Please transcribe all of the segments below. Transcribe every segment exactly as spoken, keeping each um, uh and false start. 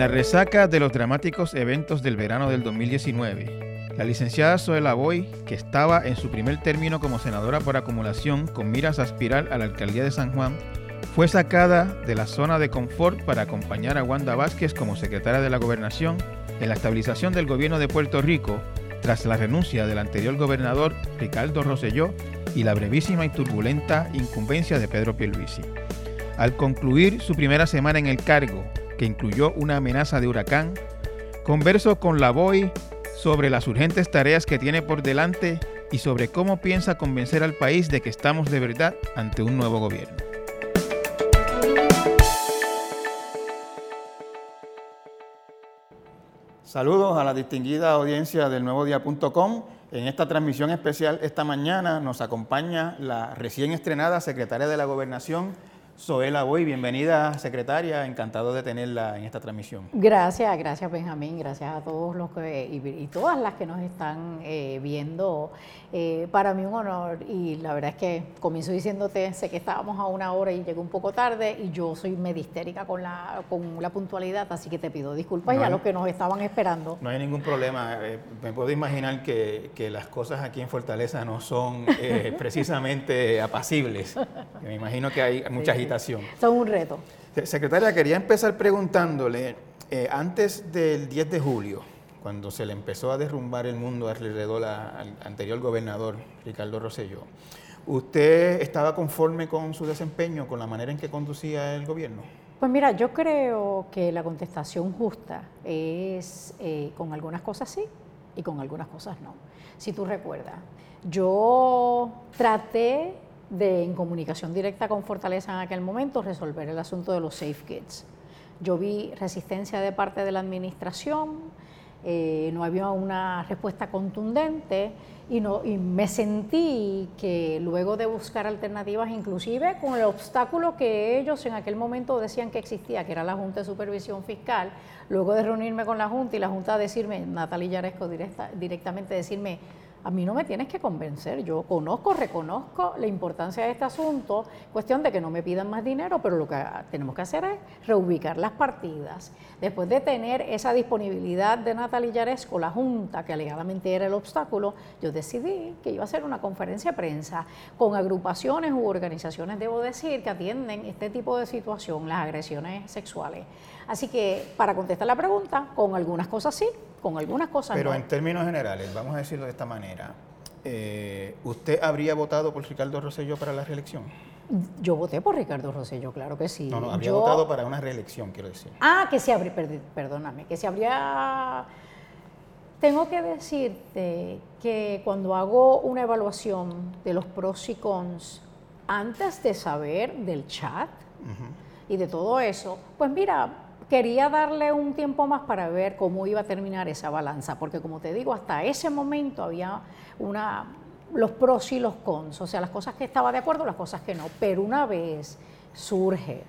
la resaca de los dramáticos eventos del verano del dos mil diecinueve, la licenciada Zoe Lavoy, que estaba en su primer término como senadora por acumulación con miras a aspirar a la alcaldía de San Juan, fue sacada de la zona de confort para acompañar a Wanda Vázquez como secretaria de la Gobernación en la estabilización del gobierno de Puerto Rico tras la renuncia del anterior gobernador Ricardo Rosselló y la brevísima y turbulenta incumbencia de Pedro Pierluisi. Al concluir su primera semana en el cargo, que incluyó una amenaza de huracán, converso con Lavoy sobre las urgentes tareas que tiene por delante y sobre cómo piensa convencer al país de que estamos de verdad ante un nuevo gobierno. Saludos a la distinguida audiencia del nuevo día punto com. En esta transmisión especial esta mañana nos acompaña la recién estrenada secretaria de la Gobernación, Zoe Lavoy. Bienvenida, secretaria, encantado de tenerla en esta transmisión. Gracias, gracias Benjamín, gracias a todos los que y, y todas las que nos están eh, viendo. Eh, para mí un honor y la verdad es que comienzo diciéndote, sé que estábamos a una hora y llegué un poco tarde y yo soy medio histérica con la, con la puntualidad, así que te pido disculpas no y a los que nos estaban esperando. No hay ningún problema, eh, me puedo imaginar que, que las cosas aquí en Fortaleza no son eh, precisamente apacibles, me imagino que hay mucha sí, agitación. Son un reto. Secretaria, quería empezar preguntándole, eh, antes del diez de julio, cuando se le empezó a derrumbar el mundo alrededor al anterior gobernador Ricardo Rosselló, ¿usted estaba conforme con su desempeño, con la manera en que conducía el gobierno? Pues mira, yo creo que la contestación justa es eh, con algunas cosas sí y con algunas cosas no. Si tú recuerdas, yo traté de, en comunicación directa con Fortaleza en aquel momento, resolver el asunto de los safe kids. Yo vi resistencia de parte de la administración, eh, no había una respuesta contundente y, no, y me sentí que luego de buscar alternativas, inclusive con el obstáculo que ellos en aquel momento decían que existía, que era la Junta de Supervisión Fiscal, luego de reunirme con la Junta y la Junta decirme, Natalie Yaresco directa, directamente decirme, a mí no me tienes que convencer, yo conozco, reconozco la importancia de este asunto, cuestión de que no me pidan más dinero, pero lo que tenemos que hacer es reubicar las partidas. Después de tener esa disponibilidad de Natalie Yaresco, la Junta, que alegadamente era el obstáculo, yo decidí que iba a hacer una conferencia de prensa con agrupaciones u organizaciones, debo decir, que atienden este tipo de situación, las agresiones sexuales. Así que, para contestar la pregunta, con algunas cosas sí, con algunas cosas Pero no. en términos generales, vamos a decirlo de esta manera, eh, ¿usted habría votado por Ricardo Rosselló para la reelección? Yo voté por Ricardo Rosselló, claro que sí. No, no, habría Yo... votado para una reelección, quiero decir. Ah, que se habría, perdóname, que se habría... Tengo que decirte que cuando hago una evaluación de los pros y cons, antes de saber del chat uh-huh. y de todo eso, pues mira, quería darle un tiempo más para ver cómo iba a terminar esa balanza, porque como te digo, hasta ese momento había una, los pros y los cons, o sea, las cosas que estaba de acuerdo, las cosas que no, pero una vez surge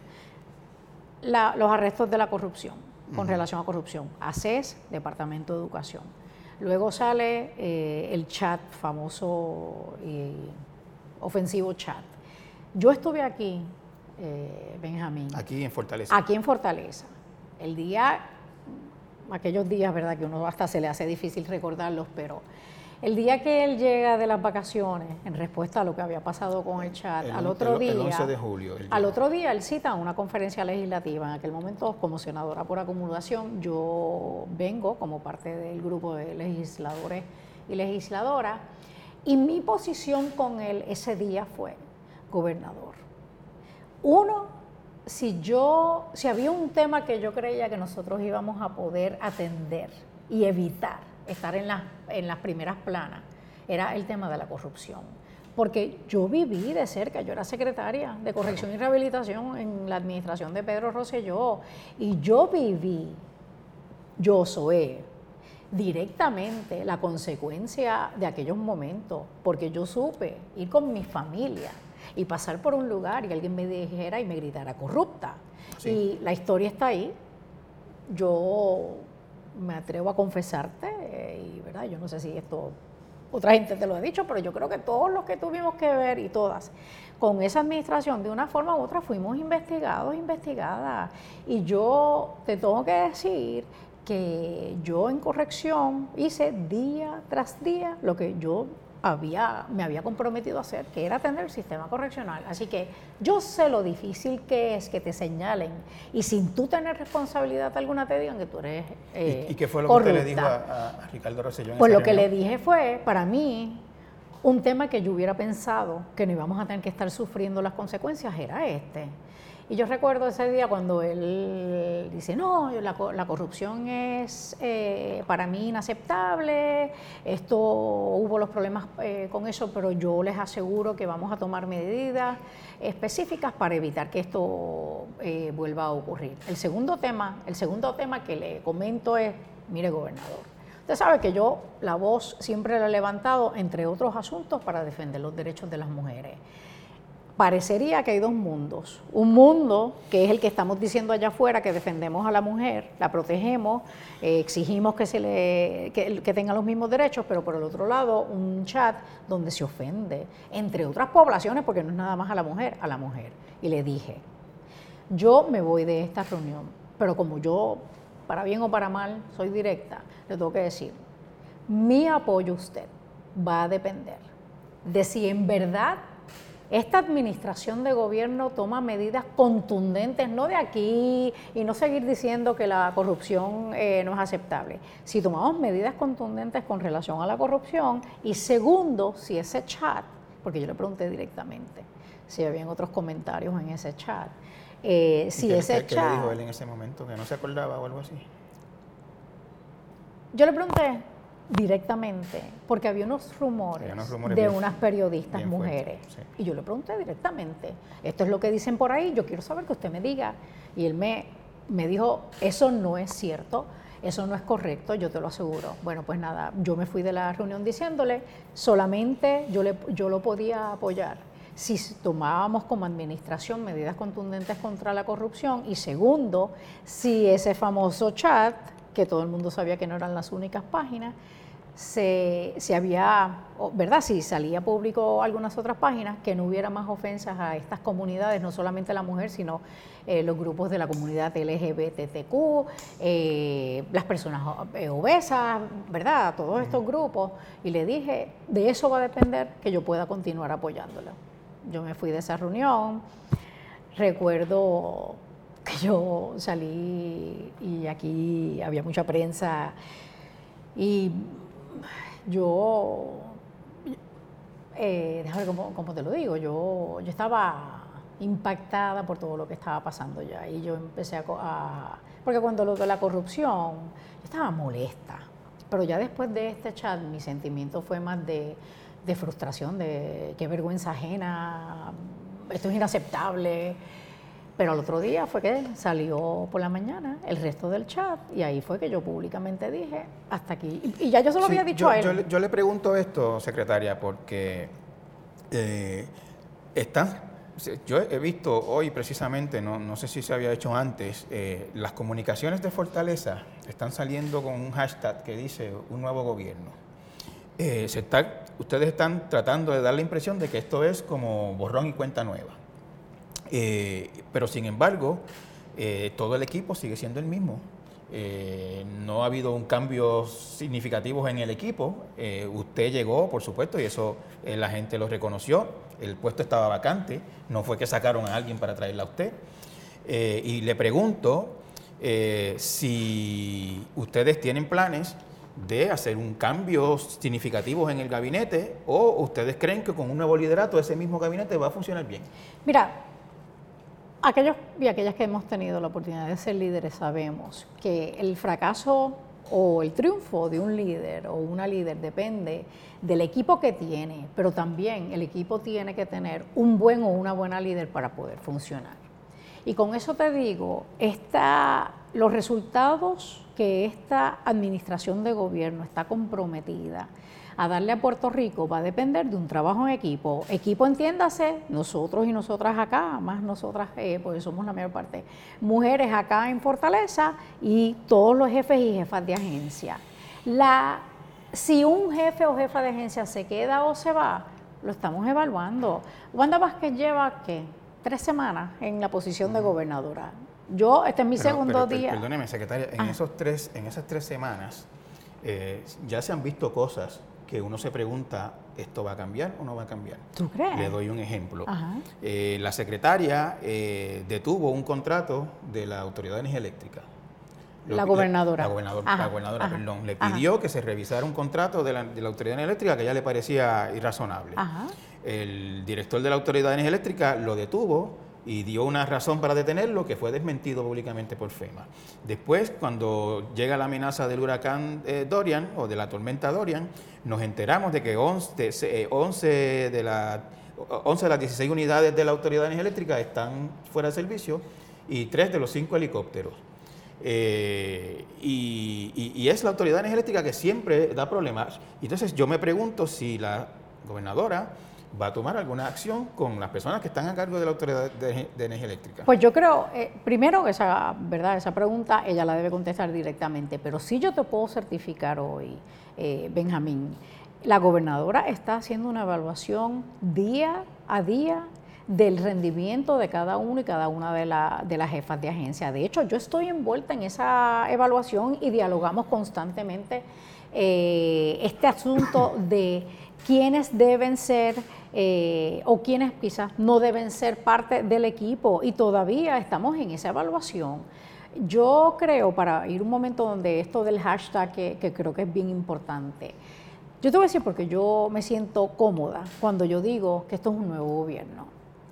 la, los arrestos de la corrupción, con uh-huh. relación a corrupción, A C E S, Departamento de Educación, luego sale eh, el chat, famoso y ofensivo chat. Yo estuve aquí, eh, Benjamín. Aquí en Fortaleza. Aquí en Fortaleza. El día, aquellos días, ¿verdad? Que uno hasta se le hace difícil recordarlos, pero el día que él llega de las vacaciones, en respuesta a lo que había pasado con el chat, el, al otro el, día, el once de julio, al otro día él cita una conferencia legislativa. En aquel momento, como senadora por acumulación, yo vengo como parte del grupo de legisladores y legisladoras, y mi posición con él ese día fue, gobernador, uno, si yo, si había un tema que yo creía que nosotros íbamos a poder atender y evitar estar en las, en las primeras planas, era el tema de la corrupción. Porque yo viví de cerca, yo era secretaria de Corrección y Rehabilitación en la administración de Pedro Rosselló, y yo viví, yo soy directamente la consecuencia de aquellos momentos, porque yo supe ir con mi familia y pasar por un lugar y alguien me dijera y me gritara corrupta. Sí. Y la historia está ahí. Yo me atrevo a confesarte, eh, y verdad, yo no sé si esto otra gente te lo ha dicho, pero yo creo que todos los que tuvimos que ver y todas, con esa administración, de una forma u otra, fuimos investigados, investigadas. Y yo te tengo que decir que yo en corrección hice día tras día lo que yo había, me había comprometido a hacer, que era atender el sistema correccional. Así que yo sé lo difícil que es que te señalen y sin tú tener responsabilidad alguna te digan que tú eres eh, ¿Y, ¿Y qué fue lo corrupta. que usted le dijo a, a Ricardo Rosselló en Pues esa lo que reunión? le dije fue, para mí, un tema que yo hubiera pensado que no íbamos a tener que estar sufriendo las consecuencias era este. Y yo recuerdo ese día cuando él dice, no, la, la corrupción es eh, para mí inaceptable, esto hubo los problemas eh, con eso, pero yo les aseguro que vamos a tomar medidas específicas para evitar que esto eh, vuelva a ocurrir. El segundo tema, el segundo tema que le comento es, mire, gobernador, usted sabe que yo la voz siempre la he levantado, entre otros asuntos, para defender los derechos de las mujeres. Parecería que hay dos mundos. Un mundo que es el que estamos diciendo allá afuera, que defendemos a la mujer, la protegemos, eh, exigimos que, se le, que, que tenga los mismos derechos, pero por el otro lado un chat donde se ofende, entre otras poblaciones, porque no es nada más a la mujer, a la mujer. Y le dije, yo me voy de esta reunión, pero como yo, para bien o para mal, soy directa, le tengo que decir, mi apoyo a usted va a depender de si en verdad esta administración de gobierno toma medidas contundentes, no de aquí, y no seguir diciendo que la corrupción eh, no es aceptable. Si tomamos medidas contundentes con relación a la corrupción, y segundo, si ese chat, porque yo le pregunté directamente si habían otros comentarios en ese chat, eh, si ¿Qué, ese qué, chat... ¿Qué le dijo él en ese momento? ¿Que no se acordaba o algo así? Yo le pregunté directamente, porque había unos rumores, había unos rumores de bien, unas periodistas mujeres, fuerte, sí. Y yo le pregunté directamente, esto es lo que dicen por ahí, yo quiero saber que usted me diga. Y él me, me dijo, eso no es cierto, eso no es correcto, yo te lo aseguro. Bueno, pues nada, yo me fui de la reunión diciéndole, solamente yo, le, yo lo podía apoyar si tomábamos como administración medidas contundentes contra la corrupción, y segundo, si ese famoso chat, que todo el mundo sabía que no eran las únicas páginas, se, se había, ¿verdad? Si salía público algunas otras páginas, que no hubiera más ofensas a estas comunidades, no solamente la mujer, sino eh, los grupos de la comunidad L G B T Q, eh, las personas obesas, ¿verdad? Todos estos grupos. Y le dije, de eso va a depender que yo pueda continuar apoyándolo. Yo me fui de esa reunión, recuerdo que yo salí y aquí había mucha prensa y yo, eh, déjame ver cómo, cómo te lo digo, yo, yo estaba impactada por todo lo que estaba pasando ya y yo empecé a, a porque cuando lo de la corrupción, yo estaba molesta, pero ya después de este chat mi sentimiento fue más de, de frustración, de qué vergüenza ajena, esto es inaceptable. Pero al otro día fue que salió por la mañana el resto del chat y ahí fue que yo públicamente dije, hasta aquí. Y, y ya yo se lo sí, había dicho yo, a él. Yo le, yo le pregunto esto, secretaria, porque eh, están, yo he visto hoy precisamente, no, no sé si se había hecho antes, eh, las comunicaciones de Fortaleza están saliendo con un hashtag que dice un nuevo gobierno. Eh, se está, ustedes están tratando de dar la impresión de que esto es como borrón y cuenta nueva. Eh, pero sin embargo, eh, todo el equipo sigue siendo el mismo. Eh, no ha habido un cambio significativo en el equipo. Eh, usted llegó, por supuesto, y eso eh, la gente lo reconoció. El puesto estaba vacante, no fue que sacaron a alguien para traerla a usted. Eh, y le pregunto eh, si ustedes tienen planes de hacer un cambio significativo en el gabinete o ustedes creen que con un nuevo liderato ese mismo gabinete va a funcionar bien. Mira, aquellos y aquellas que hemos tenido la oportunidad de ser líderes sabemos que el fracaso o el triunfo de un líder o una líder depende del equipo que tiene, pero también el equipo tiene que tener un buen o una buena líder para poder funcionar. Y con eso te digo, esta, los resultados que esta administración de gobierno está comprometida a darle a Puerto Rico va a depender de un trabajo en equipo. Equipo, entiéndase, nosotros y nosotras acá, más nosotras, eh, porque somos la mayor parte, mujeres acá en Fortaleza y todos los jefes y jefas de agencia. La, si un jefe o jefa de agencia se queda o se va, lo estamos evaluando. Wanda Vázquez lleva, ¿qué? Tres semanas en la posición uh-huh. de gobernadora. Yo, este es mi pero, segundo pero, día. Perdóneme, secretaria, en, esos tres, en esas tres semanas eh, ya se han visto cosas que uno se pregunta, ¿esto va a cambiar o no va a cambiar? ¿Tú crees? Le doy un ejemplo. Eh, la secretaria eh, detuvo un contrato de la Autoridad de Energía Eléctrica. Lo, la gobernadora. La, la gobernadora, ajá, la gobernadora ajá, perdón. Le pidió ajá. que se revisara un contrato de la, de la Autoridad de Energía Eléctrica que a ella le parecía irrazonable. Ajá. El director de la Autoridad de Energía Eléctrica lo detuvo y dio una razón para detenerlo que fue desmentido públicamente por FEMA. Después, cuando llega la amenaza del huracán eh, Dorian o de la tormenta Dorian, nos enteramos de que once de, once de, la, once de las dieciséis unidades de la Autoridad de Energía Eléctrica están fuera de servicio y tres de los cinco helicópteros. Eh, y, y, y es la Autoridad de Energía Eléctrica que siempre da problemas. Entonces yo me pregunto si la gobernadora va a tomar alguna acción con las personas que están a cargo de la Autoridad de, de Energía Eléctrica. Pues yo creo, eh, primero, esa, ¿verdad? esa pregunta ella la debe contestar directamente, pero sí yo te puedo certificar hoy, eh, Benjamín, la gobernadora está haciendo una evaluación día a día del rendimiento de cada uno y cada una de, la, de las jefas de agencia. De hecho, yo estoy envuelta en esa evaluación y dialogamos constantemente eh, este asunto de quiénes deben ser eh, o quiénes quizás no deben ser parte del equipo y todavía estamos en esa evaluación. Yo creo, para ir un momento donde esto del hashtag que, que creo que es bien importante, yo te voy a decir porque yo me siento cómoda cuando yo digo que esto es un nuevo gobierno.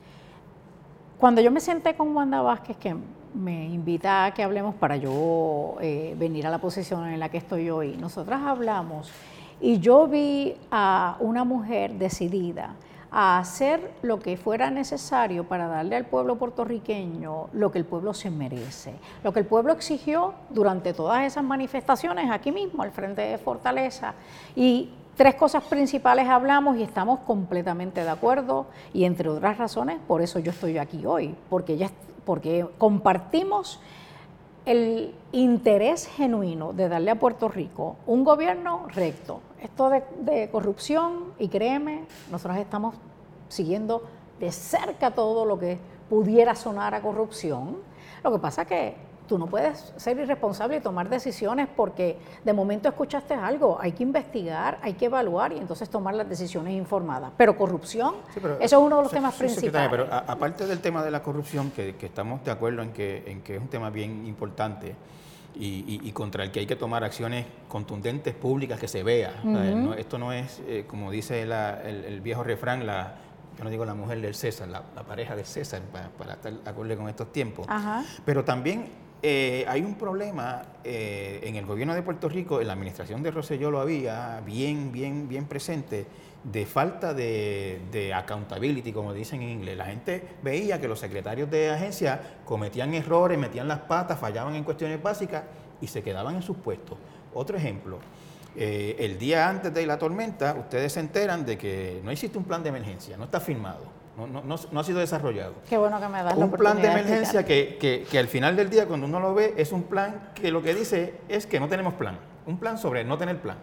Cuando yo me senté con Wanda Vázquez, que me invita a que hablemos para yo eh, venir a la posición en la que estoy hoy, nosotras hablamos y yo vi a una mujer decidida a hacer lo que fuera necesario para darle al pueblo puertorriqueño lo que el pueblo se merece, lo que el pueblo exigió durante todas esas manifestaciones aquí mismo, al frente de Fortaleza. Y tres cosas principales hablamos y estamos completamente de acuerdo y entre otras razones, por eso yo estoy aquí hoy, porque, ya, porque compartimos el interés genuino de darle a Puerto Rico un gobierno recto. Esto de, de corrupción, y créeme, nosotros estamos siguiendo de cerca todo lo que pudiera sonar a corrupción. Lo que pasa es que tú no puedes ser irresponsable y tomar decisiones porque de momento escuchaste algo, hay que investigar, hay que evaluar y entonces tomar las decisiones informadas. Pero corrupción, sí, pero, eso es uno de los sí, temas sí, principales. Pero a, aparte del tema de la corrupción, que, que estamos de acuerdo en que, en que es un tema bien importante y, y, y contra el que hay que tomar acciones contundentes, públicas, que se vea. Uh-huh. no, esto no es, eh, como dice la, el, el viejo refrán, la... yo no digo la mujer del César, la, la pareja de César, para, para estar acorde con estos tiempos. Ajá. Pero también eh, hay un problema eh, en el gobierno de Puerto Rico, en la administración de Rosselló lo había bien, bien, bien presente, de falta de, de accountability, como dicen en inglés. La gente veía que los secretarios de agencia cometían errores, metían las patas, fallaban en cuestiones básicas y se quedaban en sus puestos. Otro ejemplo. Eh, el día antes de la tormenta, ustedes se enteran de que no existe un plan de emergencia, no está firmado, no, no, no, no ha sido desarrollado. Qué bueno que me das un la oportunidad plan de emergencia que, que, que al final del día, cuando uno lo ve, es un plan que lo que dice es que no tenemos plan, un plan sobre no tener plan.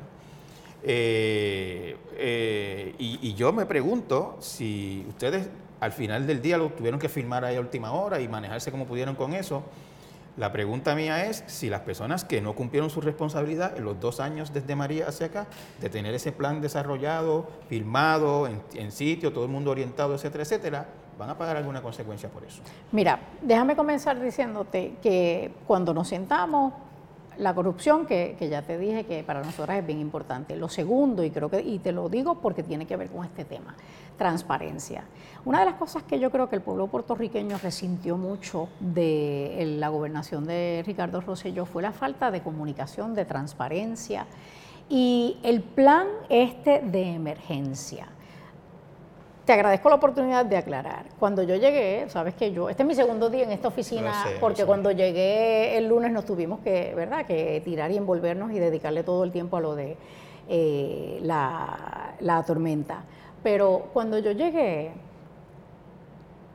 Eh, eh, y, y yo me pregunto si ustedes al final del día lo tuvieron que firmar ahí a última hora y manejarse como pudieron con eso. La pregunta mía es si las personas que no cumplieron su responsabilidad en los dos años desde María hacia acá, de tener ese plan desarrollado, firmado, en, en sitio, todo el mundo orientado, etcétera, etcétera, van a pagar alguna consecuencia por eso. Mira, déjame comenzar diciéndote que cuando nos sentamos, la corrupción, que, que ya te dije que para nosotras es bien importante. Lo segundo, y creo que y te lo digo porque tiene que ver con este tema, transparencia. Una de las cosas que yo creo que el pueblo puertorriqueño resintió mucho de la gobernación de Ricardo Rosselló fue la falta de comunicación, de transparencia y el plan este de emergencia. Te agradezco la oportunidad de aclarar. Cuando yo llegué, sabes que yo, este es mi segundo día en esta oficina, sé, porque cuando llegué el lunes nos tuvimos que, ¿verdad?, que tirar y envolvernos y dedicarle todo el tiempo a lo de eh, la, la tormenta. Pero cuando yo llegué,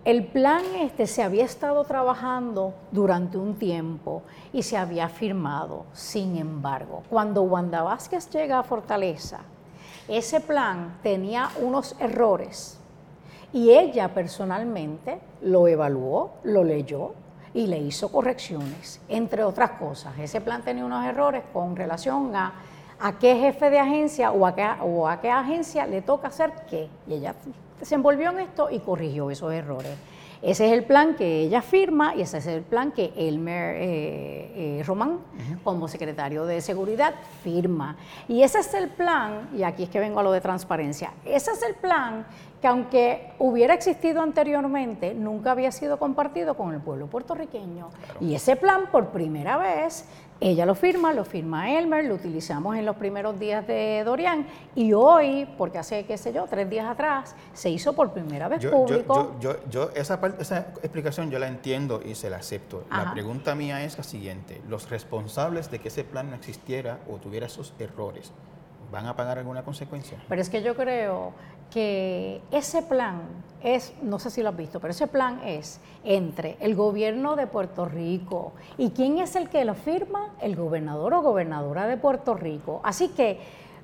el plan este se había estado trabajando durante un tiempo y se había firmado. Sin embargo, cuando Wanda Vázquez llega a Fortaleza, ese plan tenía unos errores y ella personalmente lo evaluó, lo leyó y le hizo correcciones, entre otras cosas. Ese plan tenía unos errores con relación a a qué jefe de agencia o a qué, o a qué agencia le toca hacer qué. Y ella se envolvió en esto y corrigió esos errores. Ese es el plan que ella firma y ese es el plan que Elmer eh, eh, Román, uh-huh. como secretario de Seguridad, firma. Y ese es el plan, y aquí es que vengo a lo de transparencia, ese es el plan que aunque hubiera existido anteriormente, nunca había sido compartido con el pueblo puertorriqueño. Claro. Y ese plan, por primera vez, ella lo firma, lo firma Elmer, lo utilizamos en los primeros días de Dorian y hoy, porque hace, qué sé yo, tres días atrás, se hizo por primera vez yo, público. Yo, yo, yo, yo esa, parte, esa explicación yo la entiendo y se la acepto. Ajá. La pregunta mía es la siguiente. ¿Los responsables de que ese plan no existiera o tuviera esos errores, van a pagar alguna consecuencia? Pero es que yo creo que ese plan es, no sé si lo has visto, pero ese plan es entre el gobierno de Puerto Rico y ¿quién es el que lo firma? El gobernador o gobernadora de Puerto Rico. Así que,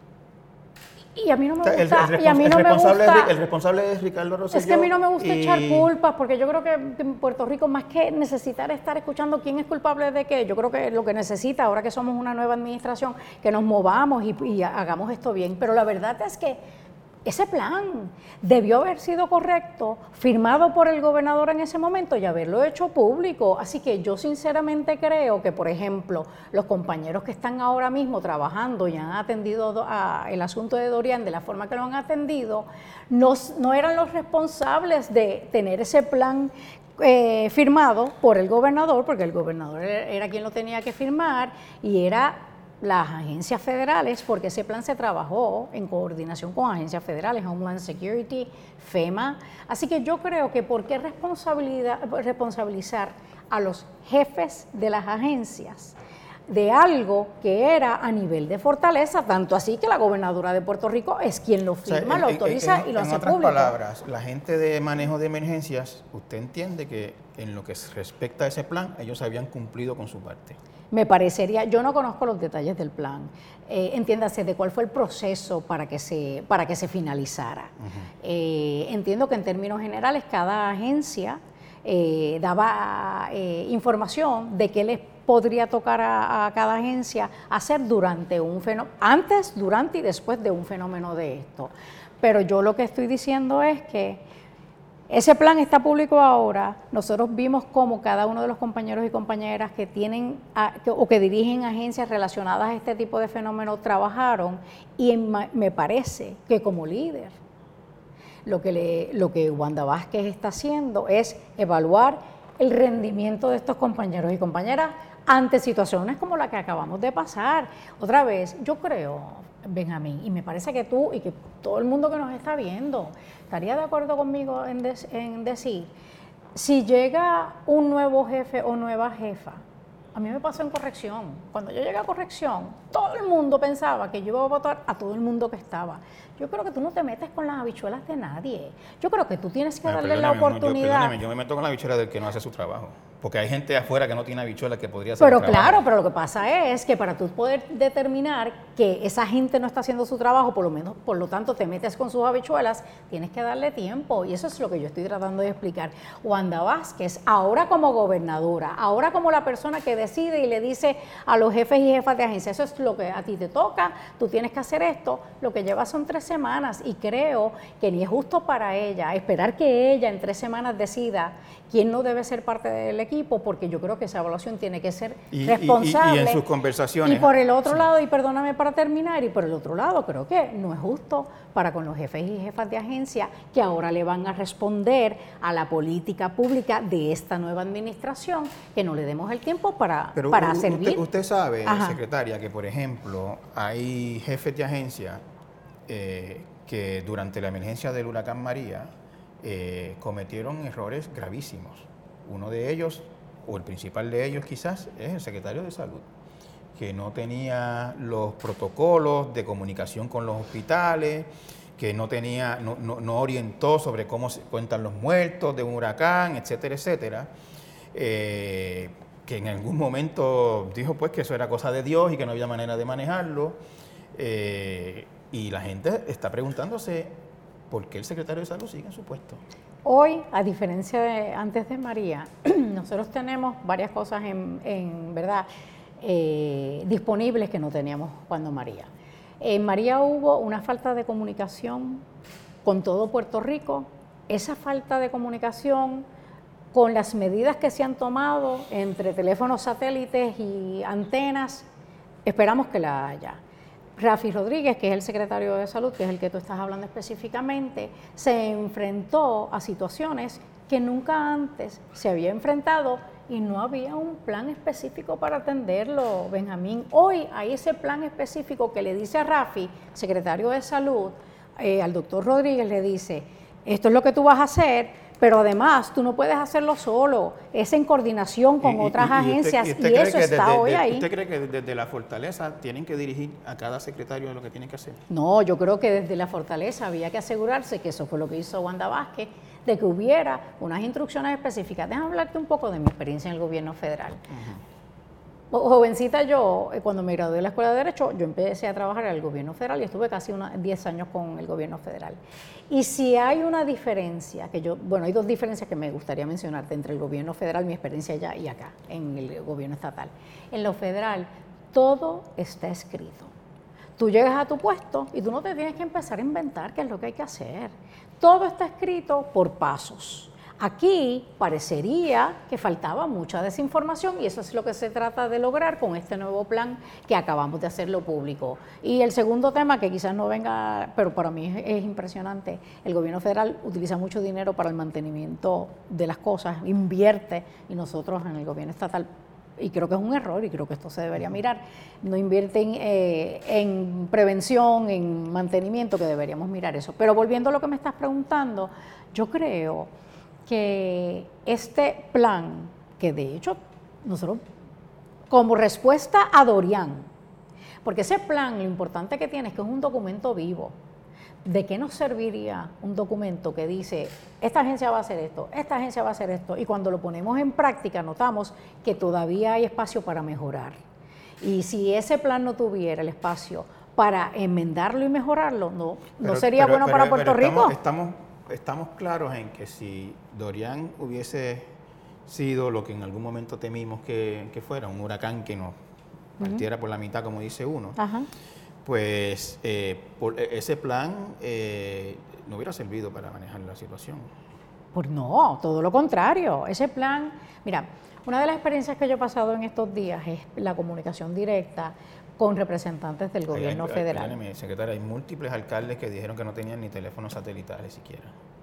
y a mí no me gusta, el, el, y a mí no el me gusta, el responsable es Ricardo Rosselló. Es que a mí no me gusta y... echar culpas, porque yo creo que en Puerto Rico, más que necesitar estar escuchando quién es culpable de qué, yo creo que lo que necesita, ahora que somos una nueva administración, que nos movamos y, y hagamos esto bien. Pero la verdad es que ese plan debió haber sido correcto, firmado por el gobernador en ese momento y haberlo hecho público. Así que yo sinceramente creo que, por ejemplo, los compañeros que están ahora mismo trabajando y han atendido a el asunto de Dorian de la forma que lo han atendido, no, no eran los responsables de tener ese plan eh, firmado por el gobernador, porque el gobernador era quien lo tenía que firmar y era las agencias federales, porque ese plan se trabajó en coordinación con agencias federales, Homeland Security, FEMA. Así que yo creo que por qué responsabilidad, responsabilizar a los jefes de las agencias de algo que era a nivel de Fortaleza, tanto así que la gobernadora de Puerto Rico es quien lo firma, o sea, en, lo autoriza en, y lo hace público. En otras palabras, la gente de manejo de emergencias, usted entiende que en lo que respecta a ese plan, ellos habían cumplido con su parte. Me parecería, yo no conozco los detalles del plan, eh, entiéndase de cuál fue el proceso para que se, para que se finalizara. Uh-huh. eh, entiendo que en términos generales cada agencia eh, daba eh, información de qué les podría tocar a, a cada agencia hacer durante un fenómeno, antes, durante y después de un fenómeno de esto. Pero yo lo que estoy diciendo es que ese plan está público ahora. Nosotros vimos cómo cada uno de los compañeros y compañeras que tienen a, que, o que dirigen agencias relacionadas a este tipo de fenómenos trabajaron y en, me parece que como líder lo que, le, lo que Wanda Vázquez está haciendo es evaluar el rendimiento de estos compañeros y compañeras ante situaciones como la que acabamos de pasar. Otra vez, yo creo, Benjamín, y me parece que tú y que todo el mundo que nos está viendo estaría de acuerdo conmigo en, des, en decir, si llega un nuevo jefe o nueva jefa, a mí me pasó en corrección. Cuando yo llegué a corrección, todo el mundo pensaba que yo iba a votar a todo el mundo que estaba. Yo creo que tú no te metes con las habichuelas de nadie. Yo creo que tú tienes que no, darle la oportunidad. Yo, yo me meto con la habichuela del que no hace su trabajo. Porque hay gente afuera que no tiene habichuelas que podría hacer Pero su trabajo. claro, pero lo que pasa es que para tú poder determinar que esa gente no está haciendo su trabajo, por lo menos, por lo tanto, te metes con sus habichuelas, tienes que darle tiempo. Y eso es lo que yo estoy tratando de explicar. Wanda Vázquez, ahora como gobernadora, ahora como la persona que decide y le dice a los jefes y jefas de agencia, eso es lo que a ti te toca, tú tienes que hacer esto, lo que lleva son tres semanas y creo que ni es justo para ella esperar que ella en tres semanas decida quién no debe ser parte del equipo, porque yo creo que esa evaluación tiene que ser y, responsable. Y, y en sus conversaciones. Y por el otro sí. lado, y perdóname para terminar, y por el otro lado creo que no es justo para con los jefes y jefas de agencia que ahora le van a responder a la política pública de esta nueva administración, que no le demos el tiempo para, Pero para usted, servir. Usted sabe, Ajá. secretaria, que por ejemplo hay jefes de agencia eh, que durante la emergencia del huracán María eh, cometieron errores gravísimos. Uno de ellos, o el principal de ellos quizás, es el secretario de Salud, que no tenía los protocolos de comunicación con los hospitales que no tenía, no, no, no orientó sobre cómo se cuentan los muertos de un huracán, etcétera, etcétera, eh, que en algún momento dijo pues que eso era cosa de Dios y que no había manera de manejarlo, eh, y la gente está preguntándose por qué el secretario de Salud sigue en su puesto. Hoy, a diferencia de antes de María, nosotros tenemos varias cosas en, en verdad eh, disponibles que no teníamos cuando María. En María hubo una falta de comunicación con todo Puerto Rico. Esa falta de comunicación con las medidas que se han tomado entre teléfonos satélites y antenas, esperamos que la haya. Rafi Rodríguez, que es el secretario de Salud, que es el que tú estás hablando específicamente, se enfrentó a situaciones que nunca antes se había enfrentado y no había un plan específico para atenderlo, Benjamín. Hoy hay ese plan específico que le dice a Rafi, secretario de Salud, eh, al doctor Rodríguez le dice, esto es lo que tú vas a hacer, pero además tú no puedes hacerlo solo, es en coordinación con y, otras y, y agencias usted, y, y eso está desde, hoy de, ahí. ¿Usted cree que desde la fortaleza tienen que dirigir a cada secretario lo que tienen que hacer? No, yo creo que desde la fortaleza había que asegurarse, que eso fue lo que hizo Wanda Vázquez, de que hubiera unas instrucciones específicas. Déjame hablarte un poco de mi experiencia en el gobierno federal. Uh-huh. Jovencita yo, cuando me gradué de la Escuela de Derecho, yo empecé a trabajar en el gobierno federal y estuve casi diez años con el gobierno federal. Y si hay una diferencia, que yo, bueno, hay dos diferencias que me gustaría mencionarte entre el gobierno federal, mi experiencia allá y acá, en el gobierno estatal. En lo federal, todo está escrito. Tú llegas a tu puesto y tú no te tienes que empezar a inventar qué es lo que hay que hacer. Todo está escrito por pasos. Aquí parecería que faltaba mucha desinformación y eso es lo que se trata de lograr con este nuevo plan que acabamos de hacerlo público. Y el segundo tema, que quizás no venga, pero para mí es, es impresionante, el gobierno federal utiliza mucho dinero para el mantenimiento de las cosas, invierte, y nosotros en el gobierno estatal, y creo que es un error y creo que esto se debería mirar, no invierten eh, en prevención, en mantenimiento, que deberíamos mirar eso. Pero volviendo a lo que me estás preguntando, yo creo que este plan, que de hecho nosotros como respuesta a Dorian, porque ese plan lo importante que tiene es que es un documento vivo. ¿De qué nos serviría un documento que dice, esta agencia va a hacer esto, esta agencia va a hacer esto? Y cuando lo ponemos en práctica notamos que todavía hay espacio para mejorar. Y si ese plan no tuviera el espacio para enmendarlo y mejorarlo, no, pero, no sería pero, bueno pero, para Puerto pero estamos, Rico. Estamos, estamos claros en que si Dorian hubiese sido lo que en algún momento temimos que, que fuera, un huracán que nos partiera uh-huh. por la mitad, como dice uno, uh-huh. pues eh, por ese plan eh, no hubiera servido para manejar la situación. Pues no, todo lo contrario. Ese plan, mira, una de las experiencias que yo he pasado en estos días es la comunicación directa con representantes del gobierno hay, hay, federal. Perdóneme, secretaria, hay múltiples alcaldes que dijeron que no tenían ni teléfonos satelitales siquiera.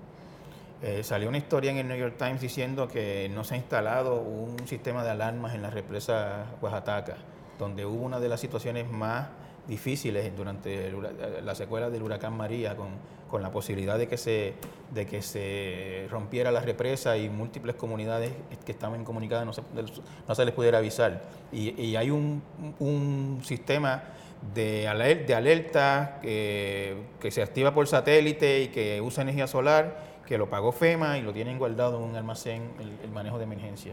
Eh, salió una historia en el New York Times diciendo que no se ha instalado un sistema de alarmas en la represa Oaxaca, donde hubo una de las situaciones más difíciles durante el, la secuela del huracán María, con, con la posibilidad de que, se, de que se rompiera la represa y múltiples comunidades que estaban incomunicadas no se, no se les pudiera avisar. Y, y hay un, un sistema de, aler, de alerta que, que se activa por satélite y que usa energía solar, que lo pagó FEMA y lo tienen guardado en un almacén, el, el manejo de emergencia.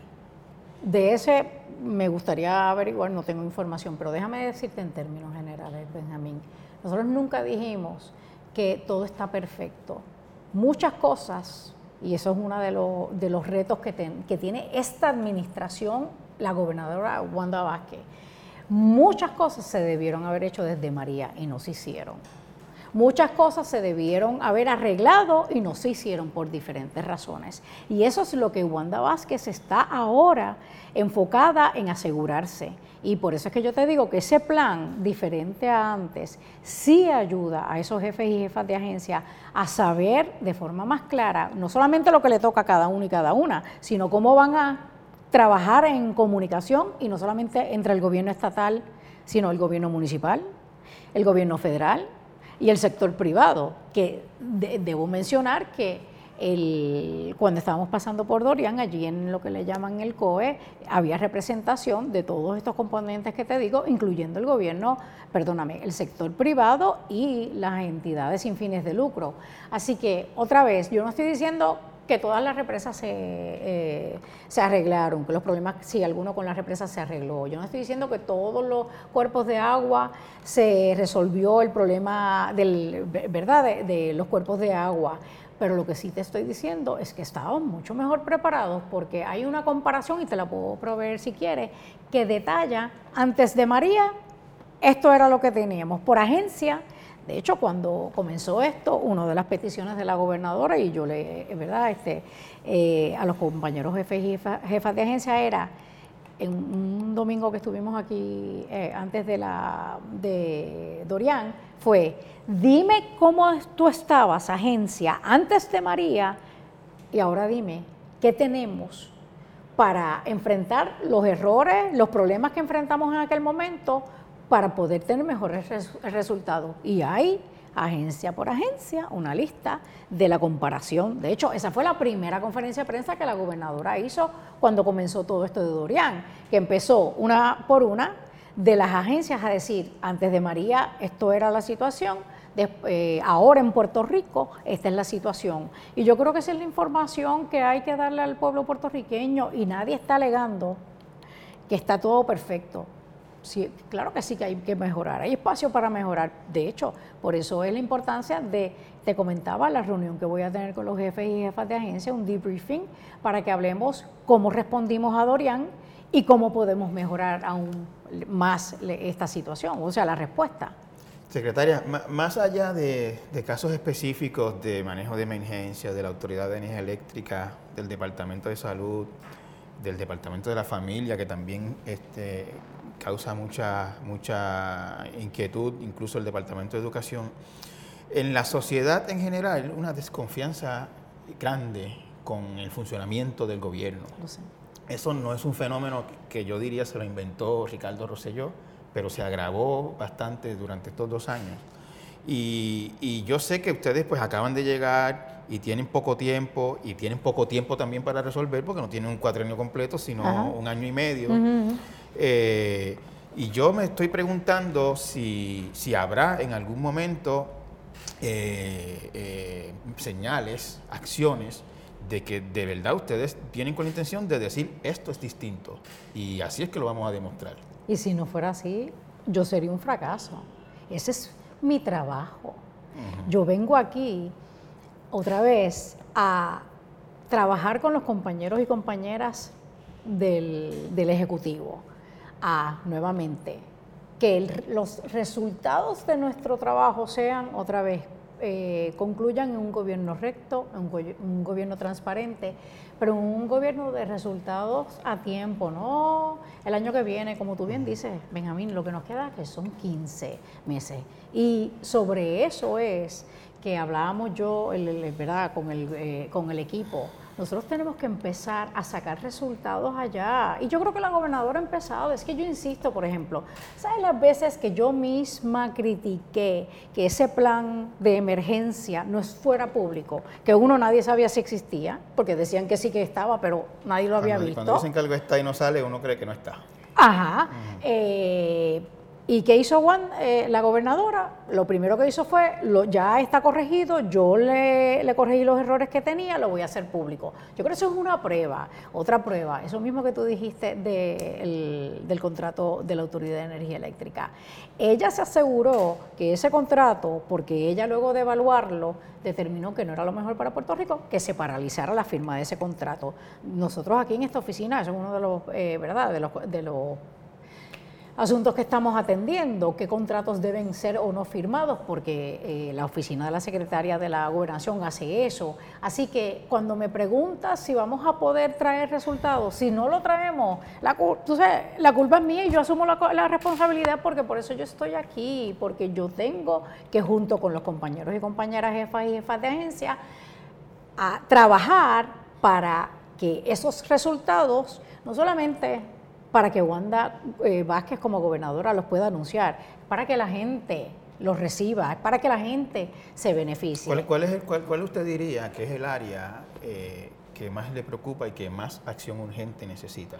De ese me gustaría averiguar, no tengo información, pero déjame decirte en términos generales, Benjamín. Nosotros nunca dijimos que todo está perfecto. Muchas cosas, y eso es uno de, lo, de los retos que, ten, que tiene esta administración, la gobernadora Wanda Vázquez, muchas cosas se debieron haber hecho desde María y no se hicieron. Muchas cosas se debieron haber arreglado y no se hicieron por diferentes razones. Y eso es lo que Wanda Vázquez está ahora enfocada en asegurarse. Y por eso es que yo te digo que ese plan, diferente a antes, sí ayuda a esos jefes y jefas de agencia a saber de forma más clara, no solamente lo que le toca a cada uno y cada una, sino cómo van a trabajar en comunicación, y no solamente entre el gobierno estatal, sino el gobierno municipal, el gobierno federal y el sector privado, que de, debo mencionar que El, cuando estábamos pasando por Dorian, allí en lo que le llaman el C O E, había representación de todos estos componentes que te digo, incluyendo el gobierno, perdóname, el sector privado y las entidades sin fines de lucro. Así que, otra vez, yo no estoy diciendo que todas las represas se, eh, se arreglaron, que los problemas, si alguno con las represas se arregló. Yo no estoy diciendo que todos los cuerpos de agua se resolvió el problema del, ¿verdad? De, de los cuerpos de agua. Pero lo que sí te estoy diciendo es que estaban mucho mejor preparados porque hay una comparación, y te la puedo proveer si quieres, que detalla, antes de María, esto era lo que teníamos por agencia. De hecho, cuando comenzó esto, una de las peticiones de la gobernadora, y yo le, ¿verdad? Este, eh, a los compañeros jefes y jefa, jefas de agencia era, en un domingo que estuvimos aquí eh, antes de, la, de Dorian, fue, dime cómo tú estabas, agencia, antes de María, y ahora dime, ¿qué tenemos para enfrentar los errores, los problemas que enfrentamos en aquel momento, para poder tener mejores res resultados? Y hay, agencia por agencia, una lista de la comparación. De hecho, esa fue la primera conferencia de prensa que la gobernadora hizo cuando comenzó todo esto de Dorian, que empezó una por una de las agencias a decir, antes de María esto era la situación, de, eh, ahora en Puerto Rico esta es la situación. Y yo creo que esa es la información que hay que darle al pueblo puertorriqueño, y nadie está alegando que está todo perfecto. Sí, claro que sí que hay que mejorar, hay espacio para mejorar. De hecho, por eso es la importancia de, te comentaba, la reunión que voy a tener con los jefes y jefas de agencia, un debriefing, para que hablemos cómo respondimos a Dorian y cómo podemos mejorar aún más esta situación, o sea, la respuesta. Secretaria, más allá de, de casos específicos de manejo de emergencia de la Autoridad de Energía Eléctrica, del Departamento de Salud, del Departamento de la Familia, que también este, causa mucha, mucha inquietud, incluso el Departamento de Educación, en la sociedad en general una desconfianza grande con el funcionamiento del gobierno. No sé. Eso no es un fenómeno que yo diría se lo inventó Ricardo Rosselló, pero se agravó bastante durante estos dos años. Y, y yo sé que ustedes pues acaban de llegar y tienen poco tiempo, y tienen poco tiempo también para resolver, porque no tienen un cuatrienio completo, sino Ajá. un año y medio. Uh-huh. eh, y yo me estoy preguntando si, si habrá en algún momento eh, eh, señales, acciones, de que de verdad ustedes vienen con la intención de decir esto es distinto, y así es que lo vamos a demostrar. Y si no fuera así, yo sería un fracaso. Ese es mi trabajo. Uh-huh. Yo vengo aquí otra vez a trabajar con los compañeros y compañeras del, del Ejecutivo, a nuevamente que el, los resultados de nuestro trabajo sean otra vez Eh, concluyan en un gobierno recto, en un, go un gobierno transparente, pero un gobierno de resultados a tiempo, no el año que viene, como tú bien dices, Benjamín, lo que nos queda que son quince meses. Y sobre eso es que hablábamos yo, el, el, ¿verdad? Con, el, eh, con el equipo. Nosotros tenemos que empezar a sacar resultados allá. Y yo creo que la gobernadora ha empezado. Es que yo insisto, por ejemplo, ¿sabes las veces que yo misma critiqué que ese plan de emergencia no fuera público? Que uno, nadie sabía si existía, porque decían que sí que estaba, pero nadie lo había cuando, visto. Cuando dicen que algo está y no sale, uno cree que no está. Ajá. Uh-huh. eh, ¿Y qué hizo Juan, eh, la gobernadora? Lo primero que hizo fue, lo, ya está corregido, yo le, le corregí los errores que tenía, lo voy a hacer público. Yo creo que eso es una prueba, otra prueba, eso mismo que tú dijiste de, el, del contrato de la Autoridad de Energía Eléctrica. Ella se aseguró que ese contrato, porque ella luego de evaluarlo, determinó que no era lo mejor para Puerto Rico, que se paralizara la firma de ese contrato. Nosotros aquí en esta oficina, eso es uno de los, eh, ¿verdad?, de los, de los asuntos que estamos atendiendo, qué contratos deben ser o no firmados, porque eh, la oficina de la secretaria de la Gobernación hace eso. Así que cuando me preguntas si vamos a poder traer resultados, si no lo traemos, la, tú sabes, la culpa es mía y yo asumo la, la responsabilidad, porque por eso yo estoy aquí, porque yo tengo que, junto con los compañeros y compañeras jefas y jefas de agencia, a trabajar para que esos resultados no solamente para que Wanda eh, Vázquez como gobernadora los pueda anunciar, para que la gente los reciba, es para que la gente se beneficie. ¿Cuál, cuál, es el, cuál, cuál usted diría que es el área eh, que más le preocupa y que más acción urgente necesita?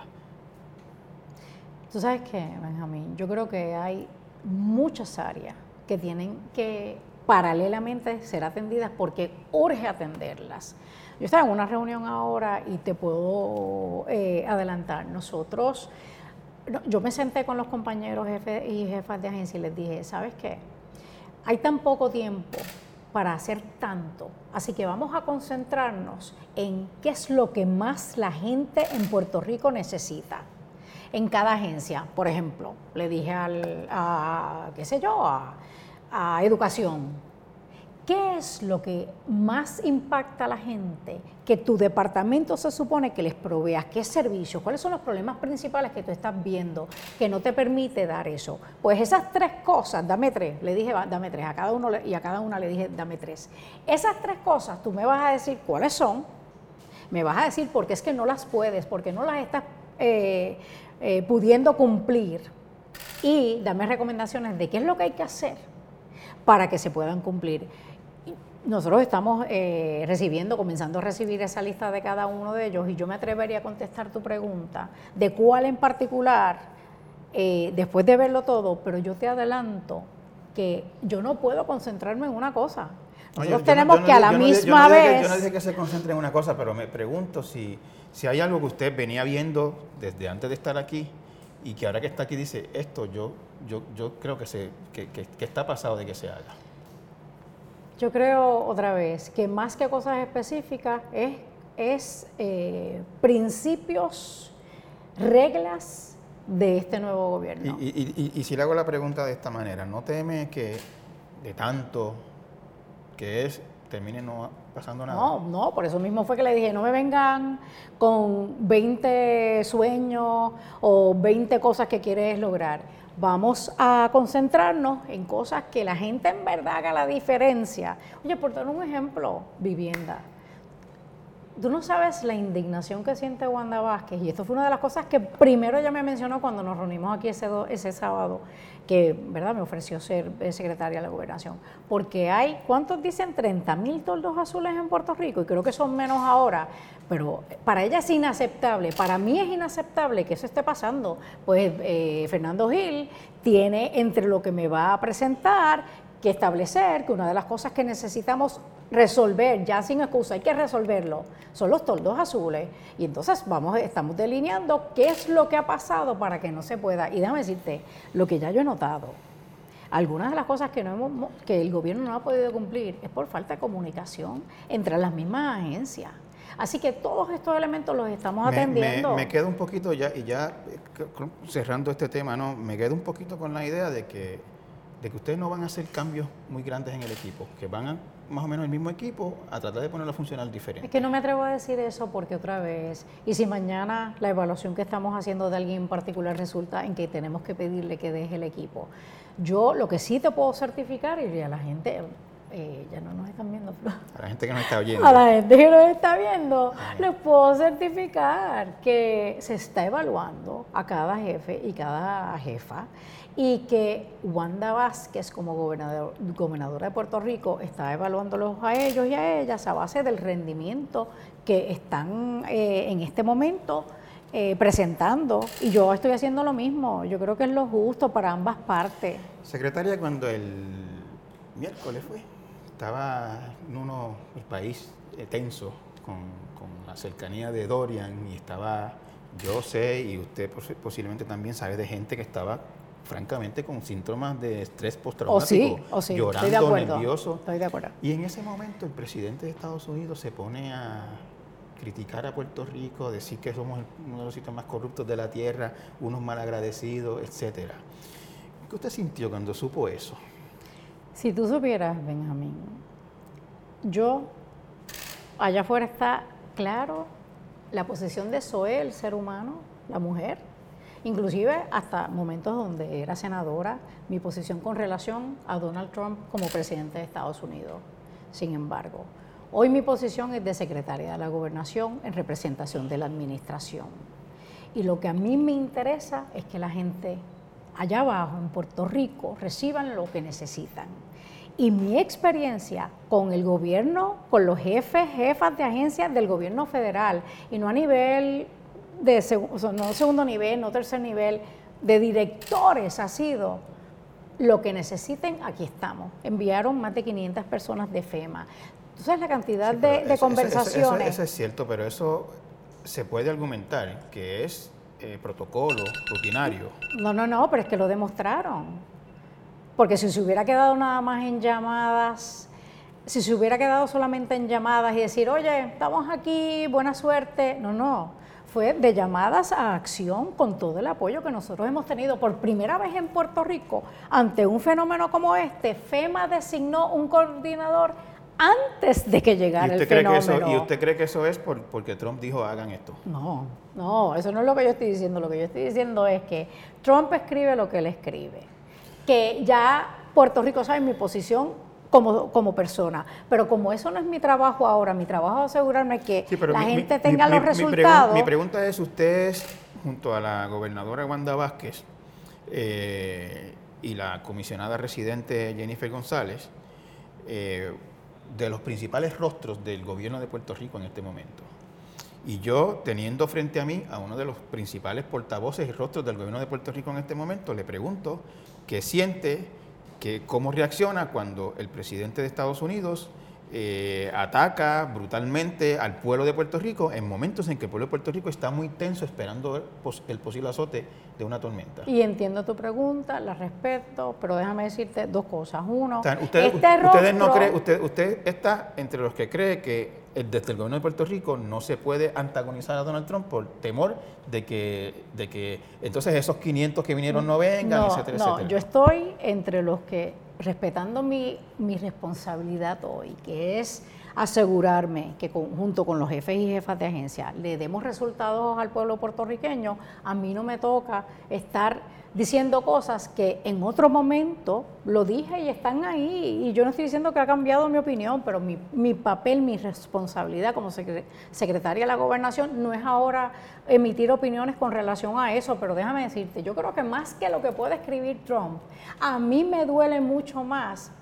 Tú sabes qué, Benjamín, yo creo que hay muchas áreas que tienen que paralelamente ser atendidas porque urge atenderlas. Yo estaba en una reunión ahora y te puedo eh, adelantar. Nosotros, yo me senté con los compañeros jefes y jefas de agencia y les dije, ¿sabes qué? Hay tan poco tiempo para hacer tanto, así que vamos a concentrarnos en qué es lo que más la gente en Puerto Rico necesita. En cada agencia, por ejemplo, le dije al, a, qué sé yo, a, a educación, ¿qué es lo que más impacta a la gente que tu departamento se supone que les provea? ¿Qué servicios? ¿Cuáles son los problemas principales que tú estás viendo que no te permite dar eso? Pues esas tres cosas, dame tres, le dije, dame tres, a cada uno y a cada una le dije, dame tres. Esas tres cosas tú me vas a decir cuáles son, me vas a decir por qué es que no las puedes, porque no las estás eh, eh, pudiendo cumplir y dame recomendaciones de qué es lo que hay que hacer para que se puedan cumplir. Nosotros estamos eh, recibiendo, comenzando a recibir esa lista de cada uno de ellos y yo me atrevería a contestar tu pregunta de cuál en particular, eh, después de verlo todo, pero yo te adelanto que yo no puedo concentrarme en una cosa. Nosotros no, yo, tenemos yo no, yo que no, a la misma no, vez... Que, yo no dije que se concentre en una cosa, pero me pregunto si, si hay algo que usted venía viendo desde antes de estar aquí y que ahora que está aquí dice, esto yo, yo, yo creo que, se, que, que, que está pasado de que se haga. Yo creo, otra vez, que más que cosas específicas es, es eh, principios, reglas de este nuevo gobierno. Y, y, y, y si le hago la pregunta de esta manera, ¿no teme que de tanto que es, termine no pasando nada? No, no, por eso mismo fue que le dije, no me vengan con veinte sueños o veinte cosas que quieres lograr. Vamos a concentrarnos en cosas que la gente en verdad haga la diferencia. Oye, por dar un ejemplo, vivienda. Tú no sabes la indignación que siente Wanda Vázquez, y esto fue una de las cosas que primero ella me mencionó cuando nos reunimos aquí ese, do, ese sábado, que verdad me ofreció ser secretaria de la Gobernación, porque hay, ¿cuántos dicen? treinta mil toldos azules en Puerto Rico, y creo que son menos ahora, pero para ella es inaceptable, para mí es inaceptable que eso esté pasando. Pues eh, Fernando Gil tiene entre lo que me va a presentar que establecer que una de las cosas que necesitamos resolver, ya sin excusa, hay que resolverlo, son los toldos azules. Y entonces vamos, estamos delineando qué es lo que ha pasado para que no se pueda. Y déjame decirte, lo que ya yo he notado, algunas de las cosas que, no hemos, que el gobierno no ha podido cumplir es por falta de comunicación entre las mismas agencias. Así que todos estos elementos los estamos me, atendiendo. Me, me quedo un poquito ya, y ya cerrando este tema, ¿no? Me quedo un poquito con la idea de que, de que ustedes no van a hacer cambios muy grandes en el equipo, que van a más o menos el mismo equipo a tratar de ponerlo a funcionar diferente. Es que no me atrevo a decir eso porque otra vez, y si mañana la evaluación que estamos haciendo de alguien en particular resulta en que tenemos que pedirle que deje el equipo. Yo lo que sí te puedo certificar, y a la gente, eh, ya no nos están viendo, a la gente que nos está oyendo, a la gente que nos está viendo, les puedo certificar que se está evaluando a cada jefe y cada jefa, y que Wanda Vázquez como gobernador, gobernadora de Puerto Rico está evaluándolos a ellos y a ellas a base del rendimiento que están eh, en este momento eh, presentando, y yo estoy haciendo lo mismo. Yo creo que es lo justo para ambas partes. Secretaria, cuando el miércoles fue, estaba en uno, el país eh, tenso con, con la cercanía de Dorian, y estaba, yo sé, y usted posiblemente también sabe de gente que estaba francamente con síntomas de estrés postraumático, o sí, o sí, llorando, estoy de acuerdo, nervioso. Estoy de acuerdo. Y en ese momento el presidente de Estados Unidos se pone a criticar a Puerto Rico, decir que somos uno de los sitios más corruptos de la tierra, unos malagradecidos, etcétera. ¿Qué usted sintió cuando supo eso? Si tú supieras, Benjamín, yo, allá afuera está claro la posición de Zoe, el ser humano, la mujer, inclusive hasta momentos donde era senadora, mi posición con relación a Donald Trump como presidente de Estados Unidos. Sin embargo, hoy mi posición es de secretaria de la Gobernación en representación de la administración. Y lo que a mí me interesa es que la gente allá abajo en Puerto Rico reciban lo que necesitan. Y mi experiencia con el gobierno, con los jefes, jefas de agencias del gobierno federal, y no a nivel de seg- o sea, no segundo nivel, no tercer nivel, de directores ha sido: lo que necesiten, aquí estamos. Enviaron más de quinientas personas de FEMA. ¿Tú sabes la cantidad Sí, de, eso, de eso, conversaciones? Eso, eso, eso es cierto, pero eso se puede argumentar que es eh, protocolo rutinario. No, no, no, pero es que lo demostraron. Porque si se hubiera quedado nada más en llamadas, si se hubiera quedado solamente en llamadas y decir, oye, estamos aquí, buena suerte, no, no, fue de llamadas a acción con todo el apoyo que nosotros hemos tenido. Por primera vez en Puerto Rico, ante un fenómeno como este, FEMA designó un coordinador antes de que llegara el cree fenómeno. Que eso, ¿Y usted cree que eso es por, porque Trump dijo hagan esto? No, no, eso no es lo que yo estoy diciendo. Lo que yo estoy diciendo es que Trump escribe lo que él escribe. Que ya Puerto Rico sabe mi posición como, como persona, pero como eso no es mi trabajo ahora, mi trabajo es asegurarme que sí, la mi, gente mi, tenga mi, los mi, resultados. Mi, pregun mi pregunta es, ustedes, junto a la gobernadora Wanda Vázquez eh, y la comisionada residente Jennifer González, eh, de los principales rostros del gobierno de Puerto Rico en este momento. Y yo, teniendo frente a mí a uno de los principales portavoces y rostros del gobierno de Puerto Rico en este momento, le pregunto qué siente, que, cómo reacciona cuando el presidente de Estados Unidos eh, ataca brutalmente al pueblo de Puerto Rico en momentos en que el pueblo de Puerto Rico está muy tenso esperando el, pos, el posible azote de una tormenta. Y entiendo tu pregunta, la respeto, pero déjame decirte dos cosas. Uno, o sea, usted, este ustedes rostro, no creen, usted, usted está entre los que cree que el, desde el gobierno de Puerto Rico no se puede antagonizar a Donald Trump por temor de que, de que entonces esos quinientos que vinieron no vengan, no, etcétera, no, etcétera. Yo estoy entre los que, respetando mi, mi responsabilidad hoy, que es asegurarme que con, junto con los jefes y jefas de agencia le demos resultados al pueblo puertorriqueño. A mí no me toca estar diciendo cosas que en otro momento lo dije y están ahí, y yo no estoy diciendo que ha cambiado mi opinión, pero mi, mi papel, mi responsabilidad como secretaria de la Gobernación no es ahora emitir opiniones con relación a eso. Pero déjame decirte, yo creo que más que lo que puede escribir Trump, a mí me duele mucho más.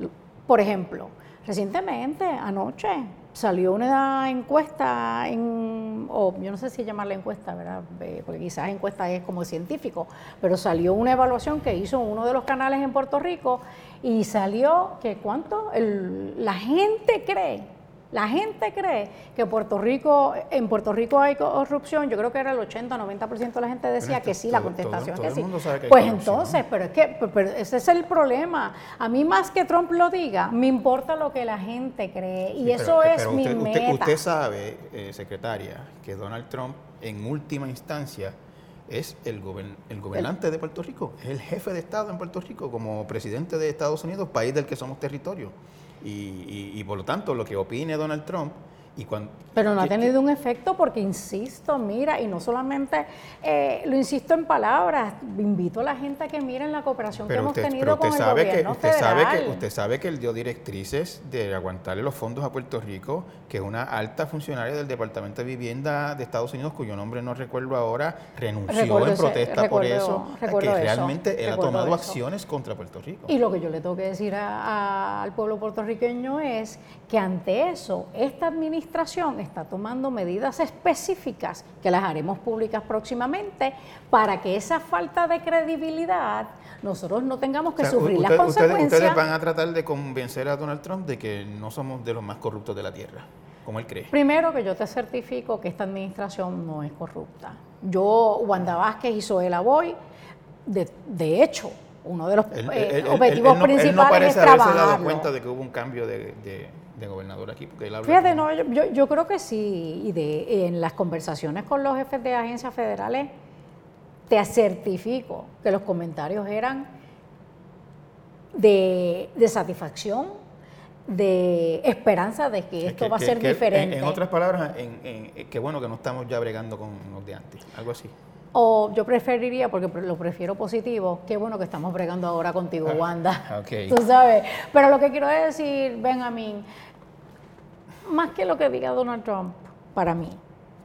Por ejemplo, recientemente, anoche, salió una encuesta, en, o yo no sé si llamarla encuesta, ¿verdad? Porque quizás encuesta es como científico, pero salió una evaluación que hizo uno de los canales en Puerto Rico y salió que cuánto, el, la gente cree, la gente cree que Puerto Rico, en Puerto Rico hay corrupción. Yo creo que era el ochenta, noventa por ciento de la gente decía bueno, que sí, todo, la contestación todo, es que todo sí. Que pues entonces, pero es que pero ese es el problema. A mí más que Trump lo diga, me importa lo que la gente cree, y sí, eso pero, es pero mi usted, meta. Usted, usted sabe, eh, secretaria, que Donald Trump en última instancia es el, gobern, el gobernante el, de Puerto Rico, es el jefe de Estado en Puerto Rico como presidente de Estados Unidos, país del que somos territorio. Y, y, y por lo tanto, lo que opine Donald Trump. Y cuando, pero no que, ha tenido un efecto porque, insisto, mira, y no solamente eh, lo insisto en palabras, invito a la gente a que miren la cooperación que hemos usted, tenido con el sabe gobierno que, usted federal. Sabe que, usted sabe que él dio directrices de aguantarle los fondos a Puerto Rico, que una alta funcionaria del Departamento de Vivienda de Estados Unidos, cuyo nombre no recuerdo ahora, renunció recuerdo en protesta ese, recuerdo, por eso, que eso, realmente él ha tomado eso. acciones contra Puerto Rico. Y lo que yo le tengo que decir a, a, al pueblo puertorriqueño es que ante eso, esta administración está tomando medidas específicas que las haremos públicas próximamente para que esa falta de credibilidad nosotros no tengamos que o sea, sufrir usted, las consecuencias. Ustedes, ustedes van a tratar de convencer a Donald Trump de que no somos de los más corruptos de la tierra, como él cree. Primero, que yo te certifico que esta administración no es corrupta. Yo, Wanda Vázquez y Zoela Boy, de, de hecho, uno de los él, eh, él, objetivos él, él, principales él no parece es trabajarlo. haberse dado cuenta de que hubo un cambio de, de, de gobernador aquí, porque él habla. Fíjate, no, yo, yo creo que sí, y de, en las conversaciones con los jefes de agencias federales, te certifico que los comentarios eran de, de satisfacción, de esperanza de que esto que, va a ser que, diferente. En, en otras palabras, en, en, qué bueno que no estamos ya bregando con los de antes, algo así. O yo preferiría, porque lo prefiero positivo, qué bueno que estamos bregando ahora contigo, Wanda. Okay. Tú sabes. Pero lo que quiero decir, Benjamín, más que lo que diga Donald Trump, para mí,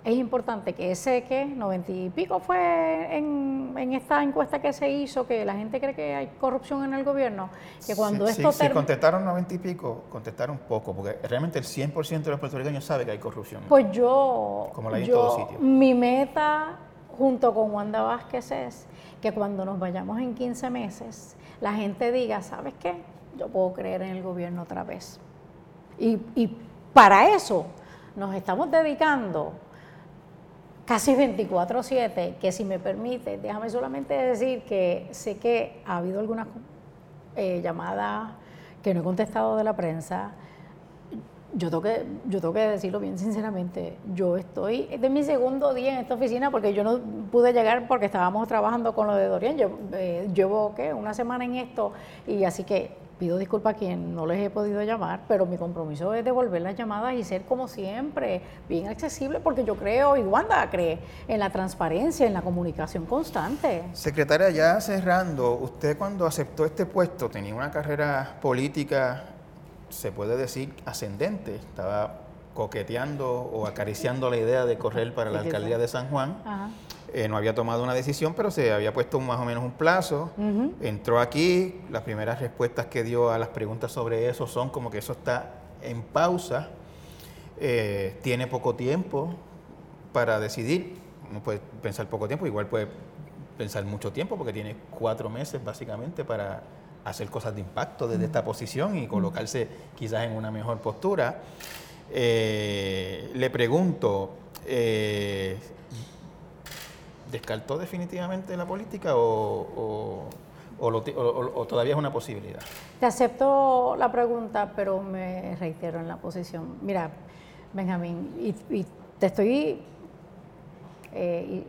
es importante que ese que noventa y pico fue en, en esta encuesta que se hizo, que la gente cree que hay corrupción en el gobierno, que cuando sí, esto... sí, si contestaron noventa y pico, contestaron poco, porque realmente el cien por ciento de los puertorriqueños sabe que hay corrupción. Pues yo, como la hay yo en todo sitio. Mi meta junto con Wanda Vázquez es que cuando nos vayamos en quince meses, la gente diga, ¿sabes qué? Yo puedo creer en el gobierno otra vez. Y, y para eso nos estamos dedicando casi veinticuatro siete, que si me permite, déjame solamente decir que sé que ha habido algunas eh, llamadas que no he contestado de la prensa. Yo tengo, que, yo tengo que decirlo bien sinceramente, yo estoy, este es mi segundo día en esta oficina porque yo no pude llegar porque estábamos trabajando con lo de Dorian, yo eh, llevo ¿qué? una semana en esto y así que pido disculpas a quien no les he podido llamar, pero mi compromiso es devolver las llamadas y ser como siempre, bien accesible porque yo creo, y Wanda cree, en la transparencia, en la comunicación constante. Secretaria, ya cerrando, usted cuando aceptó este puesto tenía una carrera política, se puede decir, ascendente. Estaba coqueteando o acariciando la idea de correr para la alcaldía de San Juan. Ajá. Eh, no había tomado una decisión, pero se había puesto más o menos un plazo. Uh-huh. Entró aquí, las primeras respuestas que dio a las preguntas sobre eso son como que eso está en pausa. Eh, tiene poco tiempo para decidir. Uno puede pensar poco tiempo, igual puede pensar mucho tiempo, porque tiene cuatro meses básicamente para hacer cosas de impacto desde esta posición y colocarse quizás en una mejor postura. Eh, le pregunto, eh, ¿descartó definitivamente la política o, o, o, lo, o, o todavía es una posibilidad? Te acepto la pregunta, pero me reitero en la posición. Mira, Benjamín, y, y te estoy... Eh,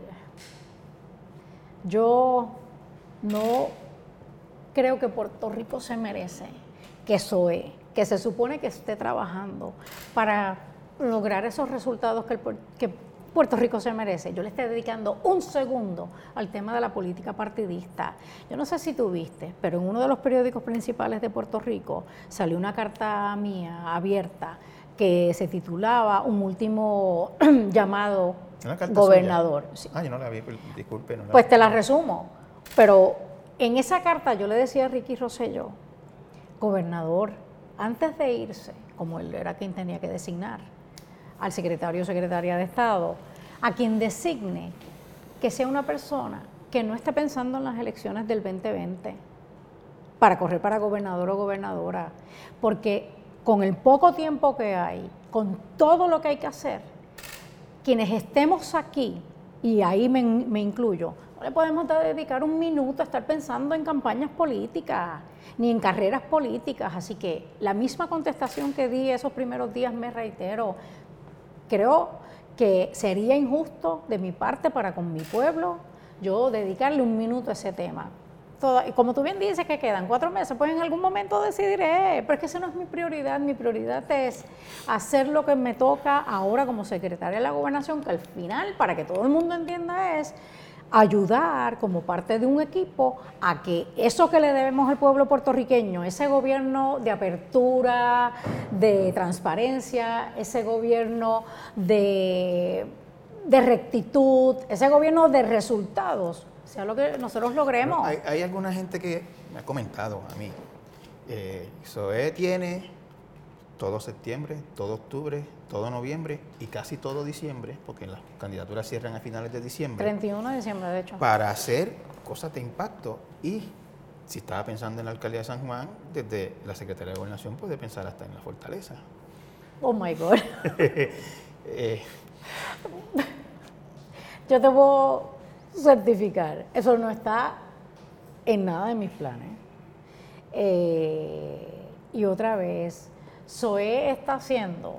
y yo no... creo que Puerto Rico se merece que S O E, que se supone que esté trabajando para lograr esos resultados que, el, que Puerto Rico se merece. Yo le estoy dedicando un segundo al tema de la política partidista. Yo no sé si tú viste, pero en uno de los periódicos principales de Puerto Rico salió una carta mía abierta que se titulaba Un último llamado gobernador. Sí. Ah, yo no la vi, disculpe. No la pues vi. Te la resumo, pero... en esa carta yo le decía a Ricky Rosselló, gobernador, antes de irse, como él era quien tenía que designar, al secretario o secretaria de Estado, a quien designe que sea una persona que no esté pensando en las elecciones del veinte veinte para correr para gobernador o gobernadora, porque con el poco tiempo que hay, con todo lo que hay que hacer, quienes estemos aquí, y ahí me, me incluyo, no le podemos dedicar un minuto a estar pensando en campañas políticas, ni en carreras políticas. Así que la misma contestación que di esos primeros días me reitero. Creo que sería injusto de mi parte para con mi pueblo yo dedicarle un minuto a ese tema. Toda, y como tú bien dices que quedan cuatro meses, pues en algún momento decidiré, pero es que esa no es mi prioridad. Mi prioridad es hacer lo que me toca ahora como secretaria de la Gobernación, que al final, para que todo el mundo entienda, es ayudar como parte de un equipo a que eso que le debemos al pueblo puertorriqueño, ese gobierno de apertura, de transparencia, ese gobierno de, de rectitud, ese gobierno de resultados, sea lo que nosotros logremos. Hay, hay alguna gente que me ha comentado a mí, eh, S O E tiene todo septiembre, todo octubre, todo noviembre y casi todo diciembre, porque las candidaturas cierran a finales de diciembre. treinta y uno de diciembre, de hecho. Para hacer cosas de impacto. Y si estaba pensando en la alcaldía de San Juan, desde la Secretaría de Gobernación puede pensar hasta en la fortaleza. Oh my God. eh, Yo te puedo certificar, eso no está en nada de mis planes. Eh, y otra vez, S O E está haciendo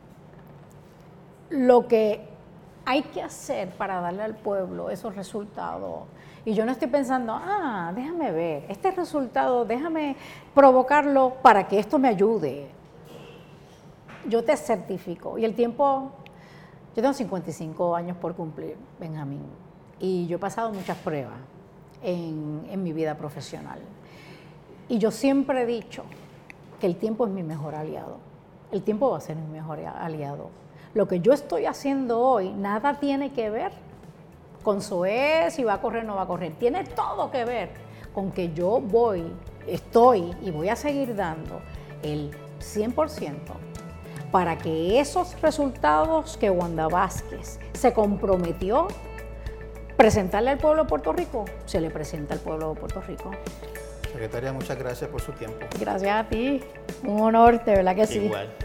lo que hay que hacer para darle al pueblo esos resultados. Y yo no estoy pensando, ah, déjame ver, este resultado, déjame provocarlo para que esto me ayude. Yo te certifico. Y el tiempo, yo tengo cincuenta y cinco años por cumplir, Benjamín, y yo he pasado muchas pruebas en, en mi vida profesional. Y yo siempre he dicho que el tiempo es mi mejor aliado. El tiempo va a ser mi mejor aliado. Lo que yo estoy haciendo hoy, nada tiene que ver con Zoé, si va a correr o no va a correr. Tiene todo que ver con que yo voy, estoy y voy a seguir dando el cien por ciento para que esos resultados que Wanda Vázquez se comprometió presentarle al pueblo de Puerto Rico, se le presenta al pueblo de Puerto Rico. Secretaria, muchas gracias por su tiempo. Gracias a ti, un honor, de verdad que sí. Igual.